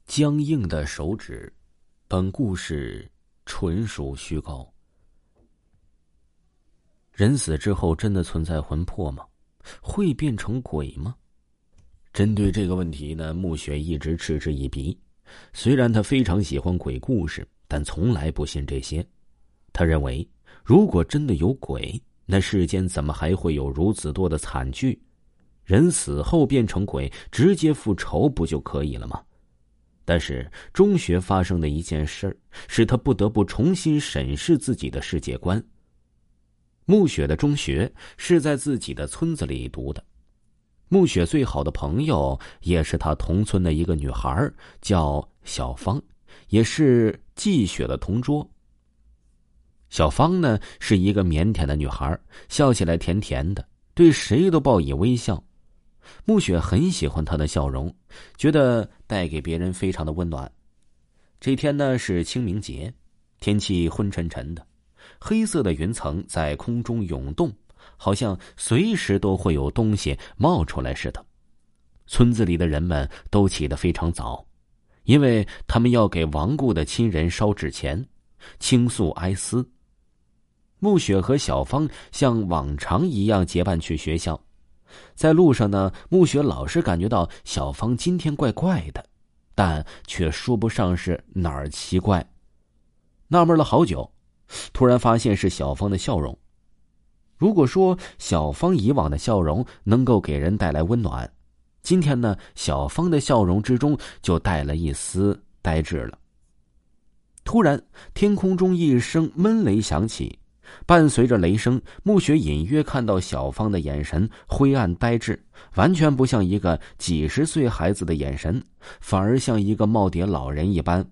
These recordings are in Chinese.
僵硬的手指。本故事纯属虚构。人死之后真的存在魂魄吗？会变成鬼吗？针对这个问题呢，暮雪一直嗤之以鼻。虽然他非常喜欢鬼故事，但从来不信这些。他认为，如果真的有鬼，那世间怎么还会有如此多的惨剧？人死后变成鬼，直接复仇不就可以了吗？但是中学发生的一件事使他不得不重新审视自己的世界观。暮雪的中学是在自己的村子里读的，暮雪最好的朋友也是他同村的一个女孩，叫小芳，也是季雪的同桌。小芳呢，是一个腼腆的女孩，笑起来甜甜的，对谁都报以微笑。暮雪很喜欢她的笑容，觉得带给别人非常的温暖。这天呢是清明节，天气昏沉沉的，黑色的云层在空中涌动，好像随时都会有东西冒出来似的。村子里的人们都起得非常早，因为他们要给亡故的亲人烧纸钱，倾诉哀思。暮雪和小芳像往常一样结伴去学校。在路上呢，暮雪老是感觉到小芳今天怪怪的，但却说不上是哪儿奇怪。纳闷了好久，突然发现是小芳的笑容。如果说小芳以往的笑容能够给人带来温暖，今天呢，小芳的笑容之中就带了一丝呆滞了。突然，天空中一声闷雷响起，伴随着雷声，暮雪隐约看到小芳的眼神灰暗呆滞，完全不像一个几十岁孩子的眼神，反而像一个耄耋老人一般。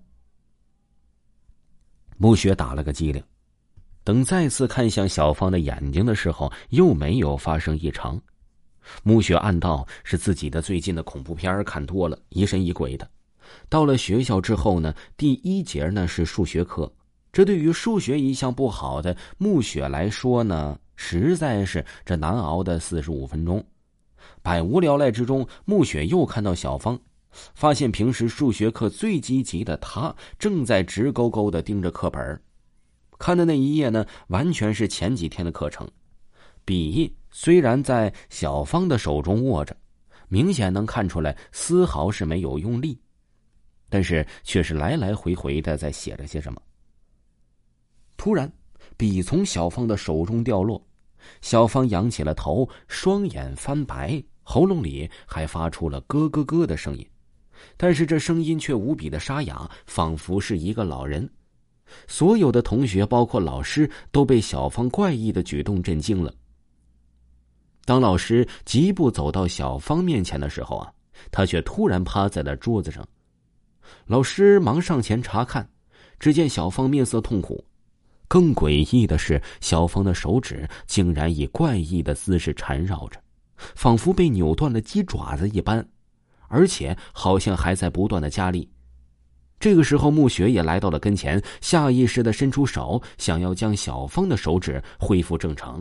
暮雪打了个激灵，等再次看向小芳的眼睛的时候，又没有发生异常。暮雪暗道是自己的最近的恐怖片看多了，疑神疑鬼的。到了学校之后呢，第一节呢是数学课，这对于数学一向不好的暮雪来说呢，实在是这难熬的45分钟。百无聊赖之中，暮雪又看到小芳，发现平时数学课最积极的她正在直勾勾地盯着课本，看的那一页呢，完全是前几天的课程。笔虽然在小芳的手中握着，明显能看出来丝毫是没有用力，但是却是来来回回的在写着些什么。突然，笔从小芳的手中掉落，小芳仰起了头，双眼翻白，喉咙里还发出了咯咯咯的声音，但是这声音却无比的沙哑，仿佛是一个老人。所有的同学包括老师都被小芳怪异的举动震惊了。当老师疾步走到小芳面前的时候啊，她却突然趴在了桌子上。老师忙上前查看，只见小芳面色痛苦。更诡异的是，小芳的手指竟然以怪异的姿势缠绕着，仿佛被扭断了鸡爪子一般，而且好像还在不断的加力。这个时候，暮雪也来到了跟前，下意识地伸出手，想要将小芳的手指恢复正常。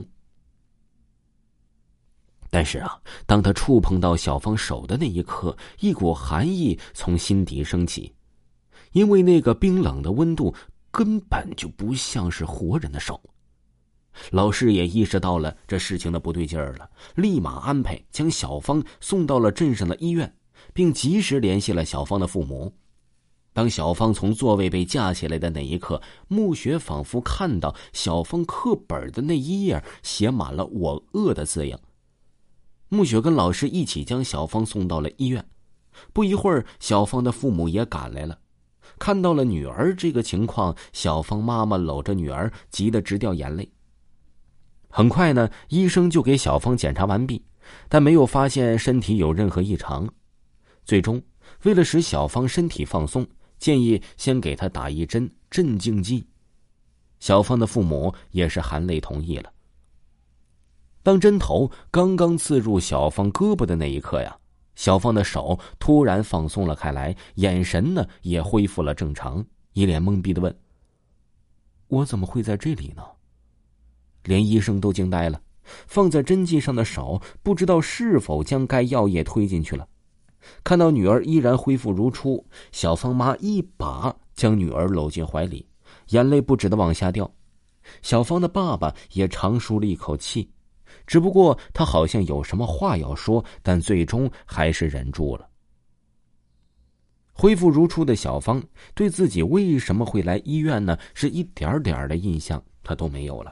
但是啊，当他触碰到小芳手的那一刻，一股寒意从心底升起，因为那个冰冷的温度根本就不像是活人的手。老师也意识到了这事情的不对劲儿了，立马安排将小芳送到了镇上的医院，并及时联系了小芳的父母。当小芳从座位被架起来的那一刻，暮雪仿佛看到小芳课本的那一页写满了我饿的字样。暮雪跟老师一起将小芳送到了医院。不一会儿，小芳的父母也赶来了。看到了女儿这个情况，小芳妈妈搂着女儿，急得直掉眼泪。很快呢，医生就给小芳检查完毕，但没有发现身体有任何异常。最终，为了使小芳身体放松，建议先给她打一针镇静剂。小芳的父母也是含泪同意了。当针头刚刚刺入小芳胳膊的那一刻呀，小芳的手突然放松了开来，眼神呢也恢复了正常，一脸懵逼地问：“我怎么会在这里呢？”连医生都惊呆了，放在针剂上的手不知道是否将该药液推进去了。 看到女儿依然恢复如初，小芳妈一把将女儿搂进怀里，眼泪不止地往下掉。小芳的爸爸也长舒了一口气，只不过他好像有什么话要说，但最终还是忍住了。恢复如初的小芳对自己为什么会来医院呢，是一点点的印象他都没有了。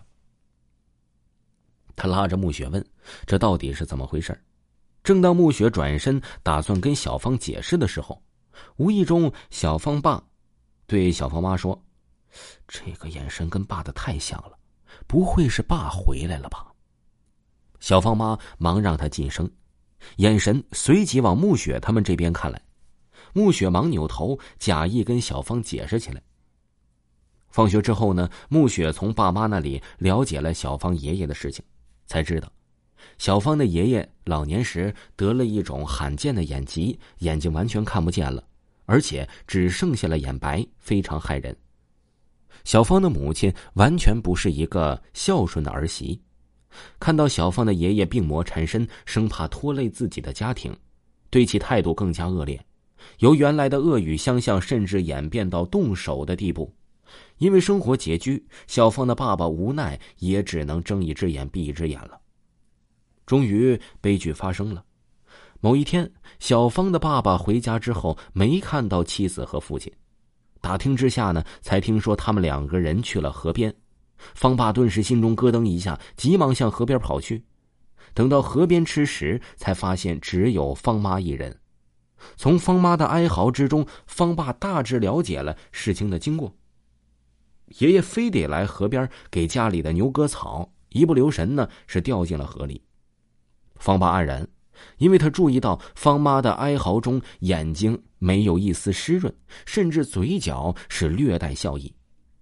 他拉着暮雪问，这到底是怎么回事？正当暮雪转身打算跟小芳解释的时候，无意中小芳爸对小芳妈说，这个眼神跟爸的太像了，不会是爸回来了吧？小芳妈忙让他噤声，眼神随即往暮雪他们这边看来。暮雪忙扭头假意跟小芳解释起来。放学之后呢，暮雪从爸妈那里了解了小芳爷爷的事情，才知道小芳的爷爷老年时得了一种罕见的眼疾，眼睛完全看不见了，而且只剩下了眼白，非常害人。小芳的母亲完全不是一个孝顺的儿媳，看到小芳的爷爷病魔缠身，生怕拖累自己的家庭，对其态度更加恶劣，由原来的恶语相向甚至演变到动手的地步。因为生活拮据，小芳的爸爸无奈也只能睁一只眼闭一只眼了。终于悲剧发生了。某一天，小芳的爸爸回家之后没看到妻子和父亲，打听之下呢，才听说他们两个人去了河边。方爸顿时心中咯噔一下，急忙向河边跑去。等到河边吃食，才发现只有方妈一人。从方妈的哀嚎之中，方爸大致了解了事情的经过。爷爷非得来河边给家里的牛割草，一不留神呢，是掉进了河里。方爸黯然，因为他注意到方妈的哀嚎中眼睛没有一丝湿润，甚至嘴角是略带笑意。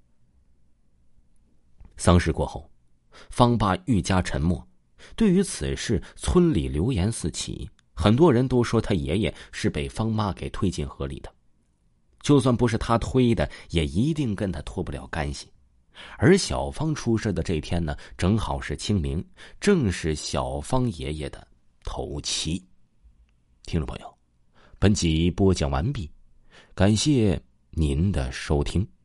丧事过后，方爸愈加沉默。对于此事，村里流言四起，很多人都说他爷爷是被方妈给推进河里的，就算不是他推的，也一定跟他脱不了干系。而小芳出事的这天呢，正好是清明，正是小芳爷爷的头七。听众朋友，本集播讲完毕，感谢您的收听。